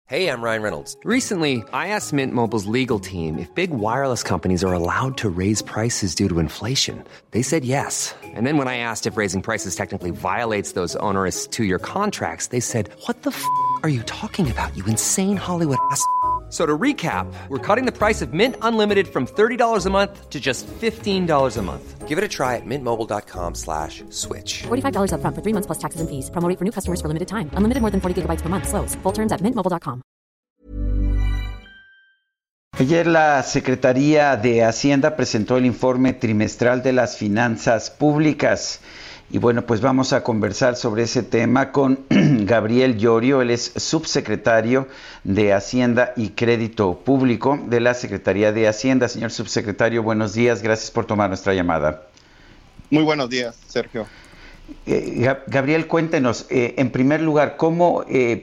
Hey, I'm Ryan Reynolds. Recently, I asked Mint Mobile's legal team if big wireless companies are allowed to raise prices due to inflation. They said yes. And then when I asked if raising prices technically violates those onerous two-year contracts, they said, "What the f*** are you talking about, you insane Hollywood ass?" So to recap, we're cutting the price of Mint Unlimited from $30 a month to just $15 a month. Give it a try at mintmobile.com/switch. $45 up front for 3 months plus taxes and fees. Promo rate for new customers for limited time. Unlimited more than 40 gigabytes per month. Slows full terms at mintmobile.com. Ayer la Secretaría de Hacienda presentó el informe trimestral de las finanzas públicas. Y bueno, pues vamos a conversar sobre ese tema con Gabriel Llorio. Él es subsecretario de Hacienda y Crédito Público de la Secretaría de Hacienda. Señor subsecretario, buenos días. Gracias por tomar nuestra llamada. Muy buenos días, Sergio. Gabriel, cuéntenos, en primer lugar, ¿cómo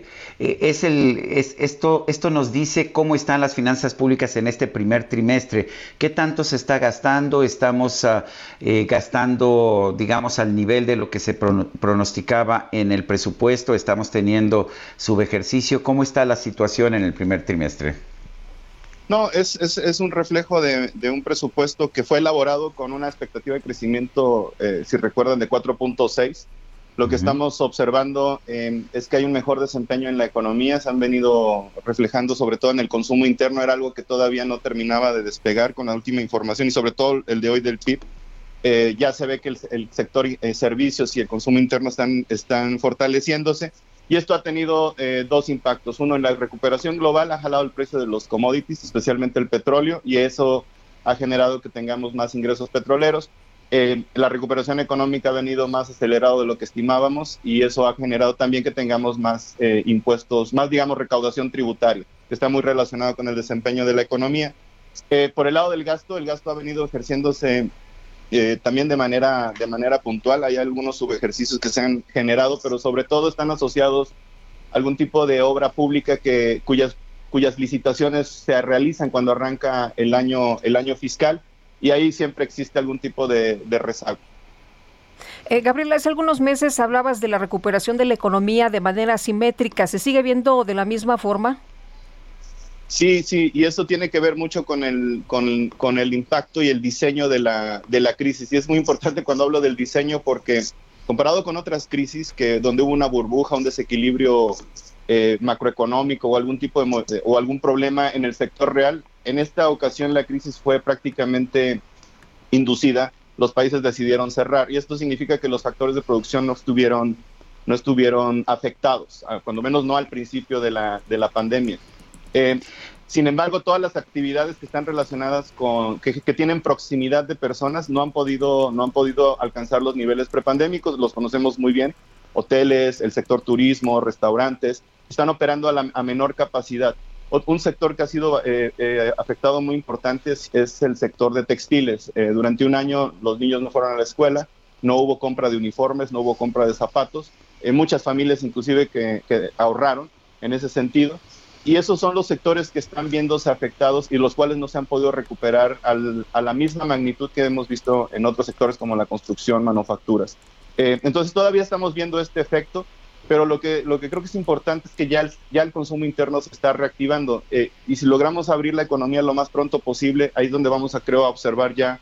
esto nos dice cómo están las finanzas públicas en este primer trimestre? ¿Qué tanto se está gastando? ¿Estamos gastando, digamos, al nivel de lo que se pronosticaba en el presupuesto? ¿Estamos teniendo subejercicio? ¿Cómo está la situación en el primer trimestre? No, es un reflejo de un presupuesto que fue elaborado con una expectativa de crecimiento, si recuerdan, de 4.6. Lo que estamos observando es que hay un mejor desempeño en la economía. Se han venido reflejando sobre todo en el consumo interno. Era algo que todavía no terminaba de despegar con la última información y sobre todo el de hoy del PIB. Ya se ve que el sector servicios y el consumo interno están fortaleciéndose. Y esto ha tenido dos impactos. Uno, en la recuperación global ha jalado el precio de los commodities, especialmente el petróleo, y eso ha generado que tengamos más ingresos petroleros. La recuperación económica ha venido más acelerado de lo que estimábamos, y eso ha generado también que tengamos más impuestos, más, digamos, recaudación tributaria, que está muy relacionado con el desempeño de la economía. Por el lado del gasto, el gasto ha venido ejerciéndose también de manera puntual. Hay algunos subejercicios que se han generado, pero sobre todo están asociados a algún tipo de obra pública cuyas licitaciones se realizan cuando arranca el año fiscal, y ahí siempre existe algún tipo de rezago. Gabriela, hace algunos meses hablabas de la recuperación de la economía de manera simétrica. ¿Se sigue viendo de la misma forma? Sí, y eso tiene que ver mucho con el impacto y el diseño de la crisis. Y es muy importante cuando hablo del diseño, porque comparado con otras crisis donde hubo una burbuja, un desequilibrio macroeconómico o algún tipo o algún problema en el sector real, en esta ocasión la crisis fue prácticamente inducida. Los países decidieron cerrar, y esto significa que los factores de producción no estuvieron afectados, cuando menos no al principio de la pandemia. Sin embargo, todas las actividades que están relacionadas que tienen proximidad de personas no han podido alcanzar los niveles prepandémicos. Los conocemos muy bien: hoteles, el sector turismo, restaurantes, están operando a menor capacidad. Un sector que ha sido afectado muy importante es el sector de textiles. Durante un año los niños no fueron a la escuela, no hubo compra de uniformes, no hubo compra de zapatos. Muchas familias inclusive que ahorraron en ese sentido. Y esos son los sectores que están viéndose afectados y los cuales no se han podido recuperar a la misma magnitud que hemos visto en otros sectores como la construcción, manufacturas. Entonces todavía estamos viendo este efecto, pero lo que creo que es importante es que ya el consumo interno se está reactivando, y si logramos abrir la economía lo más pronto posible, ahí es donde vamos a observar ya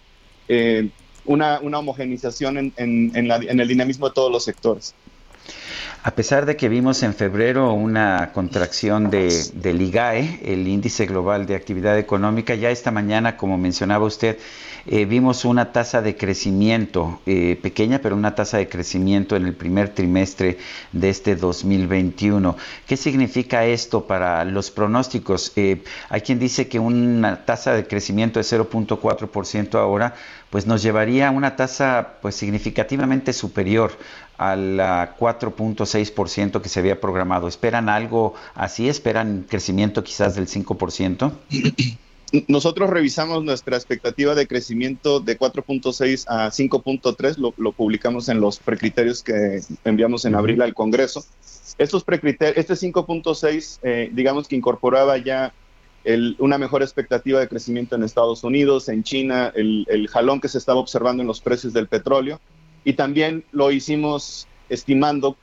una homogenización en el dinamismo de todos los sectores. A pesar de que vimos en febrero una contracción del IGAE, el Índice Global de Actividad Económica, ya esta mañana, como mencionaba usted, vimos una tasa de crecimiento pequeña, pero una tasa de crecimiento en el primer trimestre de este 2021. ¿Qué significa esto para los pronósticos? Hay quien dice que una tasa de crecimiento de 0.4% ahora, pues nos llevaría a una tasa pues significativamente superior al 4.6% que se había programado. ¿Esperan algo así? ¿Esperan crecimiento quizás del 5%? Nosotros revisamos nuestra expectativa de crecimiento de 4.6 a 5.3, lo publicamos en los precriterios que enviamos en abril al Congreso. Estos precriterios, este 5.6, digamos que incorporaba ya una mejor expectativa de crecimiento en Estados Unidos, en China, el jalón que se estaba observando en los precios del petróleo, y también lo hicimos estimando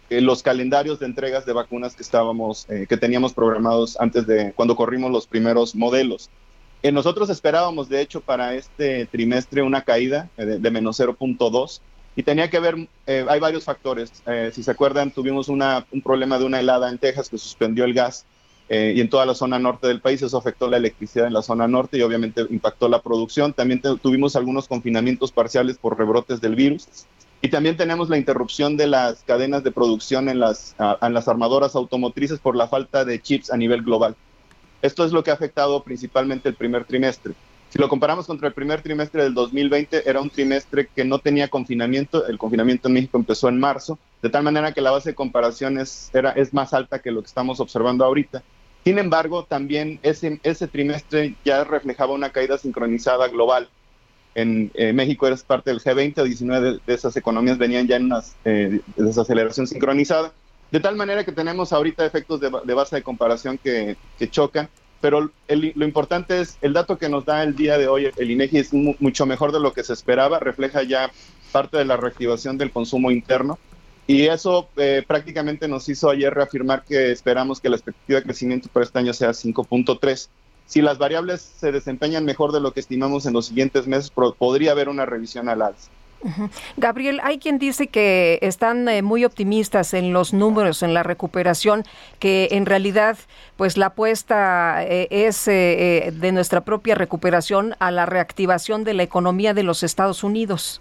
los calendarios de entregas de vacunas que teníamos programados antes de cuando corrimos los primeros modelos. Nosotros esperábamos, de hecho, para este trimestre una caída de menos 0.2 y tenía que ver, hay varios factores. Si se acuerdan, tuvimos un problema de una helada en Texas que suspendió el gas y en toda la zona norte del país. Eso afectó la electricidad en la zona norte y obviamente impactó la producción. También tuvimos algunos confinamientos parciales por rebrotes del virus. Y también tenemos la interrupción de las cadenas de producción en las armadoras automotrices por la falta de chips a nivel global. Esto es lo que ha afectado principalmente el primer trimestre. Si lo comparamos contra el primer trimestre del 2020, era un trimestre que no tenía confinamiento. El confinamiento en México empezó en marzo, de tal manera que la base de comparación es más alta que lo que estamos observando ahorita. Sin embargo, también ese trimestre ya reflejaba una caída sincronizada global. En México eres parte del G20, 19 de esas economías venían ya en una desaceleración sincronizada, de tal manera que tenemos ahorita efectos de base de comparación que chocan, pero lo importante es el dato que nos da el día de hoy, el INEGI es mucho mejor de lo que se esperaba, refleja ya parte de la reactivación del consumo interno, y eso prácticamente nos hizo ayer reafirmar que esperamos que la expectativa de crecimiento para este año sea 5.3. Si las variables se desempeñan mejor de lo que estimamos en los siguientes meses, podría haber una revisión al alza. Uh-huh. Gabriel, hay quien dice que están muy optimistas en los números, en la recuperación, que en realidad pues la apuesta es de nuestra propia recuperación a la reactivación de la economía de los Estados Unidos.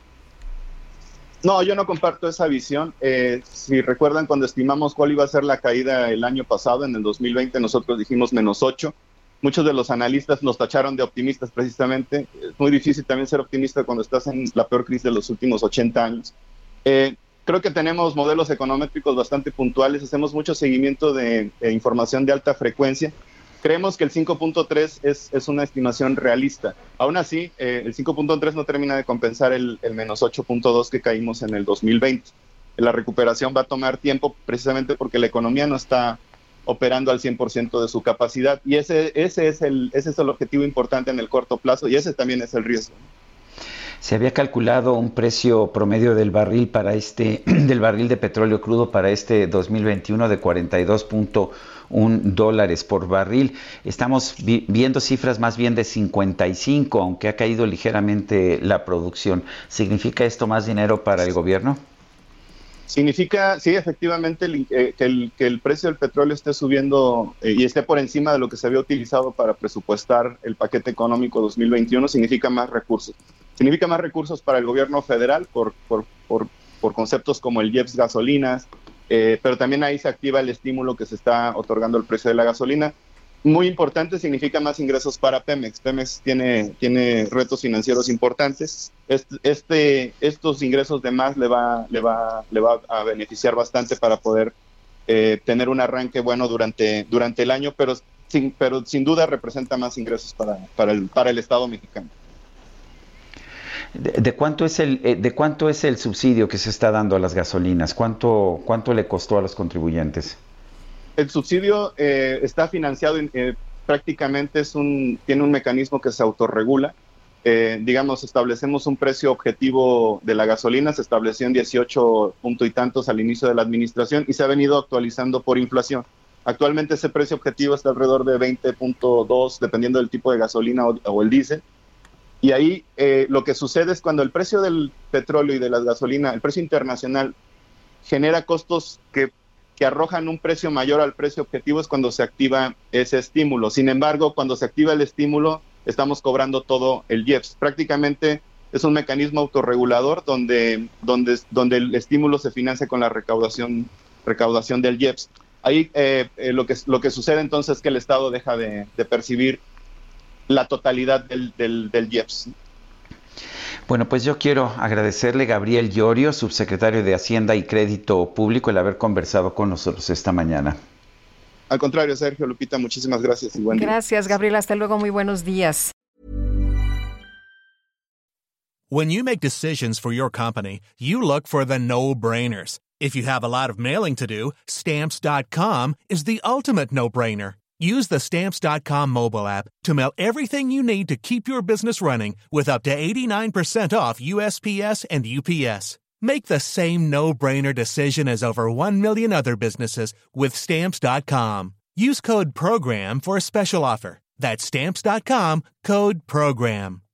No, yo no comparto esa visión. Si recuerdan, cuando estimamos cuál iba a ser la caída el año pasado, en el 2020, nosotros dijimos -8. Muchos de los analistas nos tacharon de optimistas precisamente. Es muy difícil también ser optimista cuando estás en la peor crisis de los últimos 80 años. Creo que tenemos modelos econométricos bastante puntuales, hacemos mucho seguimiento de información de alta frecuencia. Creemos que el 5.3 es una estimación realista. Aún así, el 5.3 no termina de compensar el -8.2 que caímos en el 2020. La recuperación va a tomar tiempo precisamente porque la economía no está operando al 100% de su capacidad, y ese es el objetivo importante en el corto plazo, y ese también es el riesgo. Se había calculado un precio promedio del barril del barril de petróleo crudo para este 2021 de $42.1 por barril. Estamos viendo cifras más bien de 55, aunque ha caído ligeramente la producción. ¿Significa esto más dinero para el gobierno? Significa, sí, efectivamente, que el precio del petróleo esté subiendo y esté por encima de lo que se había utilizado para presupuestar el paquete económico 2021, significa más recursos. Significa más recursos para el gobierno federal por conceptos como el IEPS gasolinas, pero también ahí se activa el estímulo que se está otorgando al precio de la gasolina. Muy importante, significa más ingresos para Pemex. Pemex tiene retos financieros importantes. Estos ingresos de más le va a beneficiar bastante para poder tener un arranque bueno durante el año, pero sin duda representa más ingresos para el Estado mexicano. ¿De cuánto es el subsidio que se está dando a las gasolinas? ¿Cuánto le costó a los contribuyentes? El subsidio está financiado, prácticamente tiene un mecanismo que se autorregula. Establecemos un precio objetivo de la gasolina, se estableció en 18 punto y tantos al inicio de la administración y se ha venido actualizando por inflación. Actualmente ese precio objetivo está alrededor de 20.2, dependiendo del tipo de gasolina o el diésel. Y ahí lo que sucede es cuando el precio del petróleo y de la gasolina, el precio internacional, genera costos que arrojan un precio mayor al precio objetivo, es cuando se activa ese estímulo. Sin embargo, cuando se activa el estímulo, estamos cobrando todo el IEPS. Prácticamente es un mecanismo autorregulador donde el estímulo se financia con la recaudación del IEPS. Ahí lo que sucede entonces es que el Estado deja de percibir la totalidad del IEPS. Bueno, pues yo quiero agradecerle a Gabriel Llorio, subsecretario de Hacienda y Crédito Público, el haber conversado con nosotros esta mañana. Al contrario, Sergio, Lupita, muchísimas gracias y buen día. Gracias, Gabriel. Hasta luego. Muy buenos días. When you make decisions for your company, you look for the no-brainers. If you have a lot of mailing to do, Stamps.com is the ultimate no-brainer. Use the Stamps.com mobile app to mail everything you need to keep your business running with up to 89% off USPS and UPS. Make the same no-brainer decision as over 1 million other businesses with Stamps.com. Use code PROGRAM for a special offer. That's Stamps.com, code PROGRAM.